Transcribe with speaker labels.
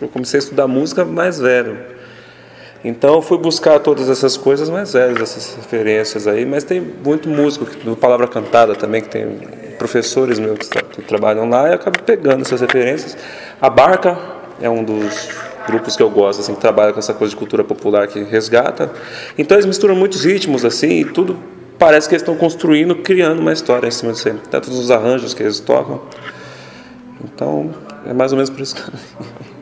Speaker 1: eu comecei a estudar música mais velho. Então eu fui buscar todas essas coisas mais velhas, essas referências aí, mas tem muito músico, do Palavra Cantada também, que tem professores meus que trabalham lá, e eu acabo pegando essas referências. A Barca é um dos grupos que eu gosto, assim, que trabalha com essa coisa de cultura popular, que resgata. Então eles misturam muitos ritmos, assim, e tudo parece que eles estão construindo, criando uma história em cima de você. Tanto os arranjos que eles tocam. Então, é mais ou menos por isso que